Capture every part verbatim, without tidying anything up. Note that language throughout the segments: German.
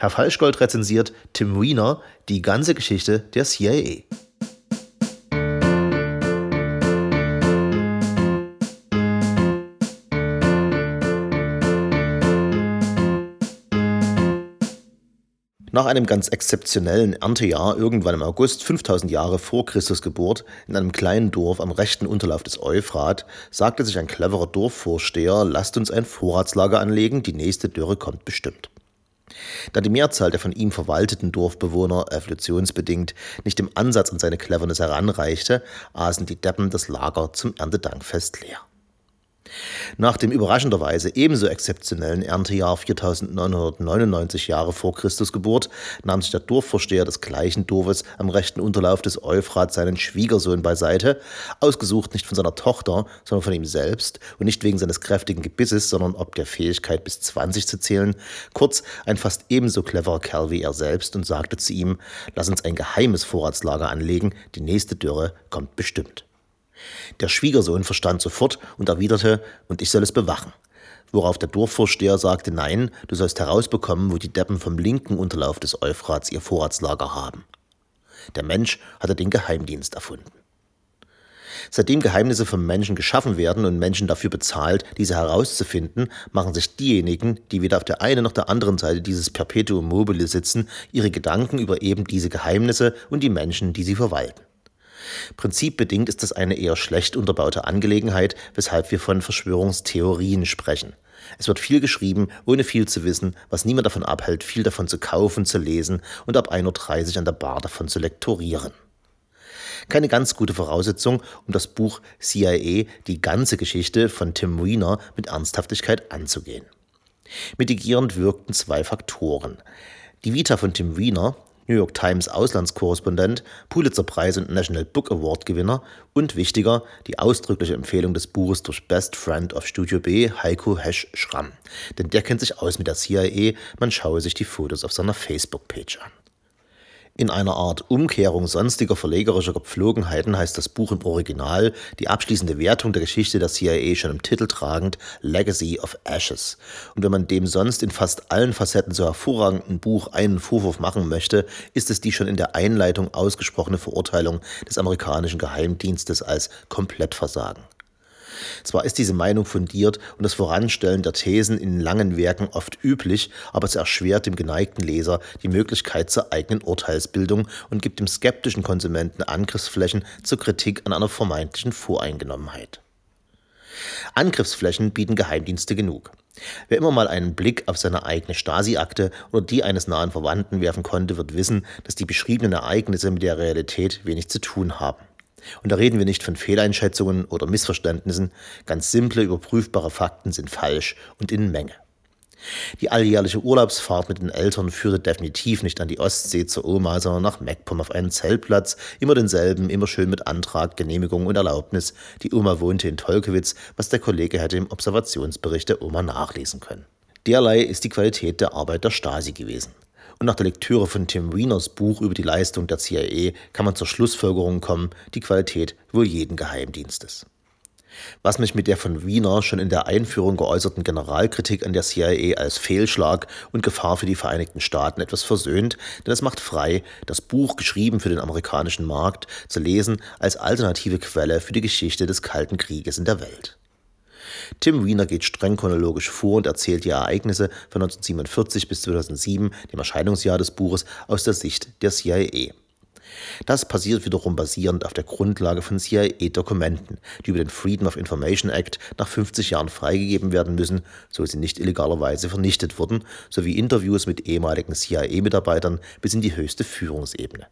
Herr Falschgold rezensiert Tim Weiner, die ganze Geschichte der C I A. Nach einem ganz exzeptionellen Erntejahr, irgendwann im August, fünftausend Jahre vor Christus Geburt, in einem kleinen Dorf am rechten Unterlauf des Euphrat, sagte sich ein cleverer Dorfvorsteher, lasst uns ein Vorratslager anlegen, die nächste Dürre kommt bestimmt. Da die Mehrzahl der von ihm verwalteten Dorfbewohner, evolutionsbedingt, nicht im Ansatz an seine Cleverness heranreichte, aßen die Deppen das Lager zum Erntedankfest leer. Nach dem überraschenderweise ebenso exzeptionellen Erntejahr viertausendneunhundertneunundneunzig Jahre vor Christus Geburt nahm sich der Dorfvorsteher des gleichen Dorfes am rechten Unterlauf des Euphrat seinen Schwiegersohn beiseite, ausgesucht nicht von seiner Tochter, sondern von ihm selbst und nicht wegen seines kräftigen Gebisses, sondern ob der Fähigkeit bis zwanzig zu zählen, kurz ein fast ebenso cleverer Kerl wie er selbst und sagte zu ihm, lass uns ein geheimes Vorratslager anlegen, die nächste Dürre kommt bestimmt. Der Schwiegersohn verstand sofort und erwiderte, und ich soll es bewachen. Worauf der Dorfvorsteher sagte, nein, du sollst herausbekommen, wo die Deppen vom linken Unterlauf des Euphrats ihr Vorratslager haben. Der Mensch hatte den Geheimdienst erfunden. Seitdem Geheimnisse vom Menschen geschaffen werden und Menschen dafür bezahlt, diese herauszufinden, machen sich diejenigen, die weder auf der einen noch der anderen Seite dieses Perpetuum mobile sitzen, ihre Gedanken über eben diese Geheimnisse und die Menschen, die sie verwalten. Prinzipbedingt ist das eine eher schlecht unterbaute Angelegenheit, weshalb wir von Verschwörungstheorien sprechen. Es wird viel geschrieben, ohne viel zu wissen, was niemand davon abhält, viel davon zu kaufen, zu lesen und ab ein Uhr dreißig an der Bar davon zu lektorieren. Keine ganz gute Voraussetzung, um das Buch C I A, die ganze Geschichte von Tim Weiner mit Ernsthaftigkeit anzugehen. Mitigierend wirkten zwei Faktoren. Die Vita von Tim Weiner, New York Times Auslandskorrespondent, Pulitzer-Preis und National Book Award Gewinner und wichtiger, die ausdrückliche Empfehlung des Buches durch Best Friend of Studio B, Heiko Hesch-Schramm. Denn der kennt sich aus mit der C I A, man schaue sich die Fotos auf seiner Facebook-Page an. In einer Art Umkehrung sonstiger verlegerischer Gepflogenheiten heißt das Buch im Original, die abschließende Wertung der Geschichte der C I A schon im Titel tragend, Legacy of Ashes. Und wenn man dem sonst in fast allen Facetten so hervorragenden Buch einen Vorwurf machen möchte, ist es die schon in der Einleitung ausgesprochene Verurteilung des amerikanischen Geheimdienstes als Komplettversagen. Zwar ist diese Meinung fundiert und das Voranstellen der Thesen in langen Werken oft üblich, aber es erschwert dem geneigten Leser die Möglichkeit zur eigenen Urteilsbildung und gibt dem skeptischen Konsumenten Angriffsflächen zur Kritik an einer vermeintlichen Voreingenommenheit. Angriffsflächen bieten Geheimdienste genug. Wer immer mal einen Blick auf seine eigene Stasi-Akte oder die eines nahen Verwandten werfen konnte, wird wissen, dass die beschriebenen Ereignisse mit der Realität wenig zu tun haben. Und da reden wir nicht von Fehleinschätzungen oder Missverständnissen, ganz simple, überprüfbare Fakten sind falsch und in Menge. Die alljährliche Urlaubsfahrt mit den Eltern führte definitiv nicht an die Ostsee zur Oma, sondern nach Meckpomm auf einen Zeltplatz, immer denselben, immer schön mit Antrag, Genehmigung und Erlaubnis. Die Oma wohnte in Tolkewitz, was der Kollege hätte im Observationsbericht der Oma nachlesen können. Derlei ist die Qualität der Arbeit der Stasi gewesen. Und nach der Lektüre von Tim Weiners Buch über die Leistung der C I A kann man zur Schlussfolgerung kommen, die Qualität wohl jeden Geheimdienstes. Was mich mit der von Weiner schon in der Einführung geäußerten Generalkritik an der C I A als Fehlschlag und Gefahr für die Vereinigten Staaten etwas versöhnt, denn es macht frei, das Buch, geschrieben für den amerikanischen Markt, zu lesen als alternative Quelle für die Geschichte des Kalten Krieges in der Welt. Tim Weiner geht streng chronologisch vor und erzählt die Ereignisse von neunzehnhundertsiebenundvierzig bis zweitausendsieben, dem Erscheinungsjahr des Buches, aus der Sicht der C I A. Das passiert wiederum basierend auf der Grundlage von C I A-Dokumenten, die über den Freedom of Information Act nach fünfzig Jahren freigegeben werden müssen, so sie nicht illegalerweise vernichtet wurden, sowie Interviews mit ehemaligen C I A-Mitarbeitern bis in die höchste Führungsebene.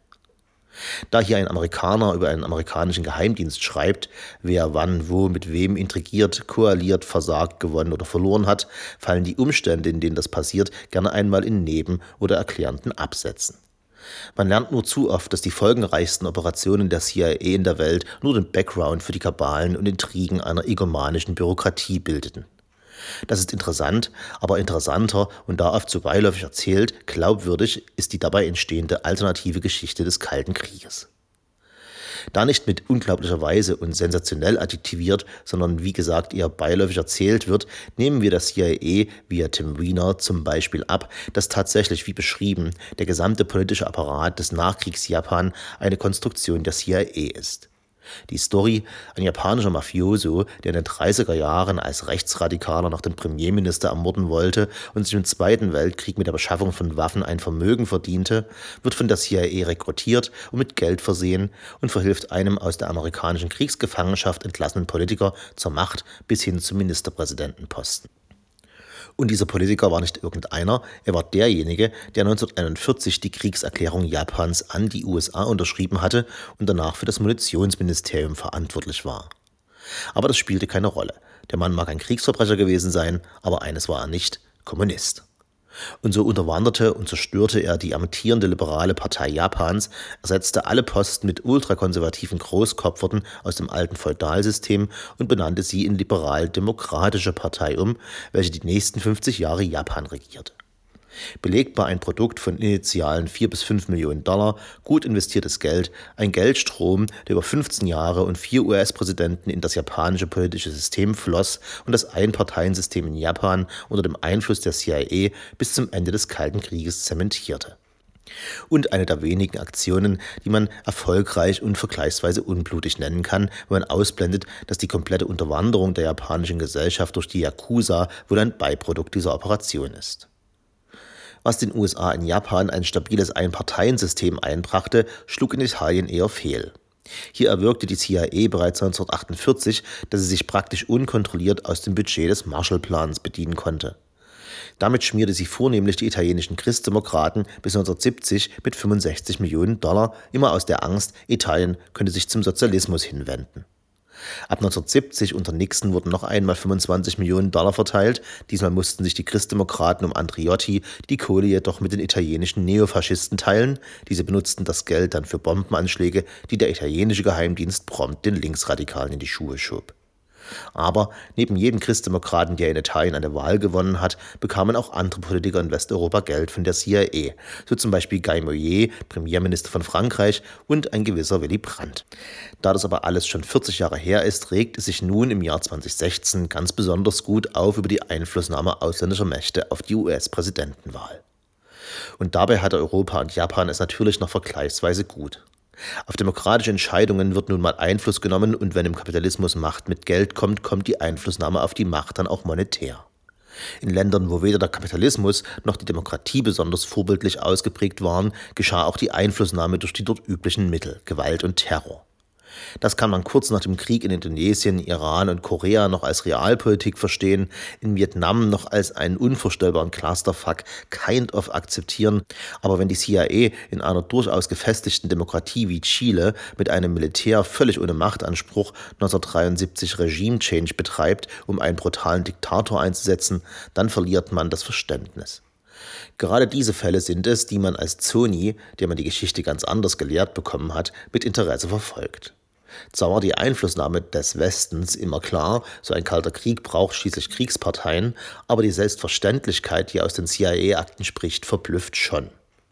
Da hier ein Amerikaner über einen amerikanischen Geheimdienst schreibt, wer wann, wo, mit wem intrigiert, koaliert, versagt, gewonnen oder verloren hat, fallen die Umstände, in denen das passiert, gerne einmal in Neben- oder erklärenden Absätzen. Man lernt nur zu oft, dass die folgenreichsten Operationen der C I A in der Welt nur den Background für die Kabalen und Intrigen einer egomanischen Bürokratie bildeten. Das ist interessant, aber interessanter und da oft so beiläufig erzählt, glaubwürdig ist die dabei entstehende alternative Geschichte des Kalten Krieges. Da nicht mit unglaublicher Weise und sensationell adjektiviert, sondern wie gesagt eher beiläufig erzählt wird, nehmen wir das C I A via Tim Weiner zum Beispiel ab, dass tatsächlich, wie beschrieben, der gesamte politische Apparat des Nachkriegs-Japan eine Konstruktion der C I A ist. Die Story: Ein japanischer Mafioso, der in den dreißiger Jahren als Rechtsradikaler noch den Premierminister ermorden wollte und sich im Zweiten Weltkrieg mit der Beschaffung von Waffen ein Vermögen verdiente, wird von der C I A rekrutiert und mit Geld versehen und verhilft einem aus der amerikanischen Kriegsgefangenschaft entlassenen Politiker zur Macht bis hin zum Ministerpräsidentenposten. Und dieser Politiker war nicht irgendeiner, er war derjenige, der neunzehnhunderteinundvierzig die Kriegserklärung Japans an die U S A unterschrieben hatte und danach für das Munitionsministerium verantwortlich war. Aber das spielte keine Rolle. Der Mann mag ein Kriegsverbrecher gewesen sein, aber eines war er nicht: Kommunist. Und so unterwanderte und zerstörte er die amtierende liberale Partei Japans, ersetzte alle Posten mit ultrakonservativen Großkopferten aus dem alten Feudalsystem und benannte sie in liberal-demokratische Partei um, welche die nächsten fünfzig Jahre Japan regierte. Belegbar ein Produkt von initialen vier bis fünf Millionen Dollar, gut investiertes Geld, ein Geldstrom, der über fünfzehn Jahre und vier U S-Präsidenten in das japanische politische System floss und das Einparteiensystem in Japan unter dem Einfluss der C I A bis zum Ende des Kalten Krieges zementierte. Und eine der wenigen Aktionen, die man erfolgreich und vergleichsweise unblutig nennen kann, wenn man ausblendet, dass die komplette Unterwanderung der japanischen Gesellschaft durch die Yakuza wohl ein Beiprodukt dieser Operation ist. Was den U S A in Japan ein stabiles Einparteiensystem einbrachte, schlug in Italien eher fehl. Hier erwirkte die C I A bereits neunzehnhundertachtundvierzig, dass sie sich praktisch unkontrolliert aus dem Budget des Marshallplans bedienen konnte. Damit schmierte sie vornehmlich die italienischen Christdemokraten bis neunzehnhundertsiebzig mit fünfundsechzig Millionen Dollar, immer aus der Angst, Italien könnte sich zum Sozialismus hinwenden. Ab neunzehnhundertsiebzig unter Nixon wurden noch einmal fünfundzwanzig Millionen Dollar verteilt. Diesmal mussten sich die Christdemokraten um Andreotti die Kohle jedoch mit den italienischen Neofaschisten teilen. Diese benutzten das Geld dann für Bombenanschläge, die der italienische Geheimdienst prompt den Linksradikalen in die Schuhe schob. Aber neben jedem Christdemokraten, der in Italien eine Wahl gewonnen hat, bekamen auch andere Politiker in Westeuropa Geld von der C I A, so zum Beispiel Guy Mollet, Premierminister von Frankreich, und ein gewisser Willy Brandt. Da das aber alles schon vierzig Jahre her ist, regt es sich nun im Jahr zweitausendsechzehn ganz besonders gut auf über die Einflussnahme ausländischer Mächte auf die U S-Präsidentenwahl. Und dabei hatte Europa und Japan es natürlich noch vergleichsweise gut. Auf demokratische Entscheidungen wird nun mal Einfluss genommen, und wenn im Kapitalismus Macht mit Geld kommt, kommt die Einflussnahme auf die Macht dann auch monetär. In Ländern, wo weder der Kapitalismus noch die Demokratie besonders vorbildlich ausgeprägt waren, geschah auch die Einflussnahme durch die dort üblichen Mittel: Gewalt und Terror. Das kann man kurz nach dem Krieg in Indonesien, Iran und Korea noch als Realpolitik verstehen, in Vietnam noch als einen unvorstellbaren Clusterfuck kind of akzeptieren. Aber wenn die C I A in einer durchaus gefestigten Demokratie wie Chile mit einem Militär völlig ohne Machtanspruch neunzehnhundertdreiundsiebzig Regime-Change betreibt, um einen brutalen Diktator einzusetzen, dann verliert man das Verständnis. Gerade diese Fälle sind es, die man als Zoni, der man die Geschichte ganz anders gelehrt bekommen hat, mit Interesse verfolgt. Zwar war die Einflussnahme des Westens immer klar, so ein kalter Krieg braucht schließlich Kriegsparteien, aber die Selbstverständlichkeit, die aus den C I A-Akten spricht, verblüfft schon.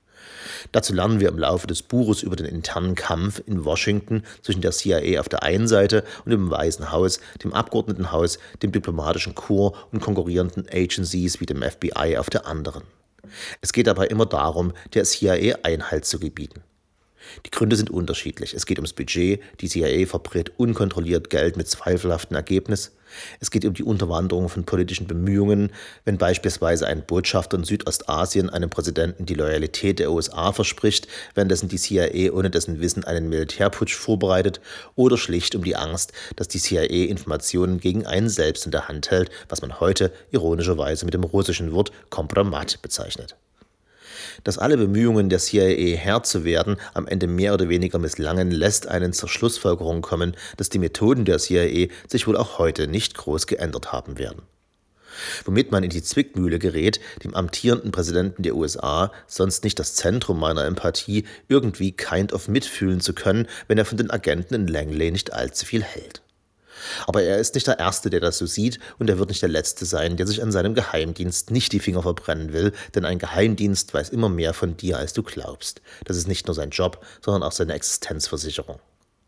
Dazu lernen wir im Laufe des Buches über den internen Kampf in Washington zwischen der C I A auf der einen Seite und dem Weißen Haus, dem Abgeordnetenhaus, dem diplomatischen Korps und konkurrierenden Agencies wie dem F B I auf der anderen. Es geht dabei immer darum, der C I A Einhalt zu gebieten. Die Gründe sind unterschiedlich. Es geht ums Budget, die C I A verbrät unkontrolliert Geld mit zweifelhaftem Ergebnis. Es geht um die Unterwanderung von politischen Bemühungen, wenn beispielsweise ein Botschafter in Südostasien einem Präsidenten die Loyalität der U S A verspricht, währenddessen die C I A ohne dessen Wissen einen Militärputsch vorbereitet, oder schlicht um die Angst, dass die C I A Informationen gegen einen selbst in der Hand hält, was man heute ironischerweise mit dem russischen Wort Kompromat bezeichnet. Dass alle Bemühungen der C I A Herr zu werden am Ende mehr oder weniger misslangen, lässt einen zur Schlussfolgerung kommen, dass die Methoden der C I A sich wohl auch heute nicht groß geändert haben werden. Womit man in die Zwickmühle gerät, dem amtierenden Präsidenten der U S A, sonst nicht das Zentrum meiner Empathie, irgendwie kind of mitfühlen zu können, wenn er von den Agenten in Langley nicht allzu viel hält. Aber er ist nicht der Erste, der das so sieht, und er wird nicht der Letzte sein, der sich an seinem Geheimdienst nicht die Finger verbrennen will, denn ein Geheimdienst weiß immer mehr von dir, als du glaubst. Das ist nicht nur sein Job, sondern auch seine Existenzversicherung.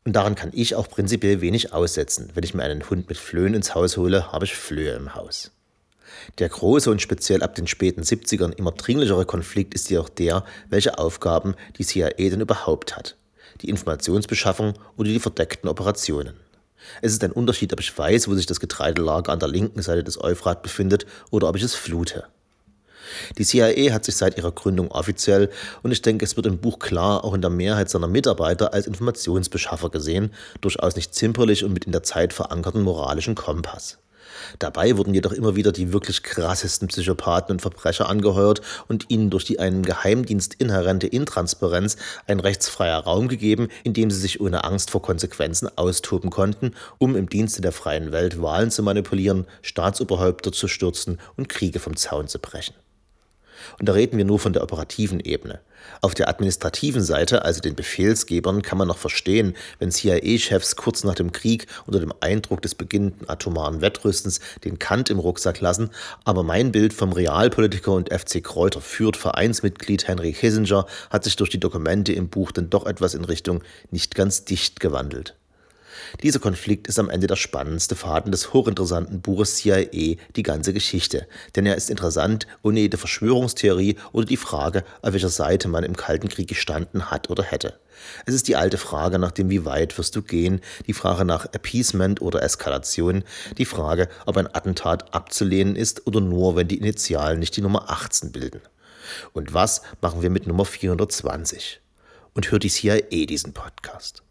Und daran kann ich auch prinzipiell wenig aussetzen. Wenn ich mir einen Hund mit Flöhen ins Haus hole, habe ich Flöhe im Haus. Der große und speziell ab den späten siebzigern immer dringlichere Konflikt ist jedoch der, welche Aufgaben die C I A denn überhaupt hat. Die Informationsbeschaffung oder die verdeckten Operationen. Es ist ein Unterschied, ob ich weiß, wo sich das Getreidelager an der linken Seite des Euphrat befindet oder ob ich es flute. Die C I A hat sich seit ihrer Gründung offiziell, und ich denke, es wird im Buch klar, auch in der Mehrheit seiner Mitarbeiter als Informationsbeschaffer gesehen, durchaus nicht zimperlich und mit in der Zeit verankerten moralischen Kompass. Dabei wurden jedoch immer wieder die wirklich krassesten Psychopathen und Verbrecher angeheuert und ihnen durch die einem Geheimdienst inhärente Intransparenz ein rechtsfreier Raum gegeben, in dem sie sich ohne Angst vor Konsequenzen austoben konnten, um im Dienste der freien Welt Wahlen zu manipulieren, Staatsoberhäupter zu stürzen und Kriege vom Zaun zu brechen. Und da reden wir nur von der operativen Ebene. Auf der administrativen Seite, also den Befehlsgebern, kann man noch verstehen, wenn C I A-Chefs kurz nach dem Krieg unter dem Eindruck des beginnenden atomaren Wettrüstens den Kant im Rucksack lassen, aber mein Bild vom Realpolitiker und F C Kräuter Fürth Vereinsmitglied Henry Kissinger hat sich durch die Dokumente im Buch dann doch etwas in Richtung nicht ganz dicht gewandelt. Dieser Konflikt ist am Ende der spannendste Faden des hochinteressanten Buches C I A, die ganze Geschichte. Denn er ist interessant ohne jede Verschwörungstheorie oder die Frage, auf welcher Seite man im Kalten Krieg gestanden hat oder hätte. Es ist die alte Frage nach dem wie weit wirst du gehen, die Frage nach Appeasement oder Eskalation, die Frage, ob ein Attentat abzulehnen ist oder nur, wenn die Initialen nicht die Nummer achtzehn bilden. Und was machen wir mit Nummer vierhundertzwanzig? Und hört die C I A diesen Podcast?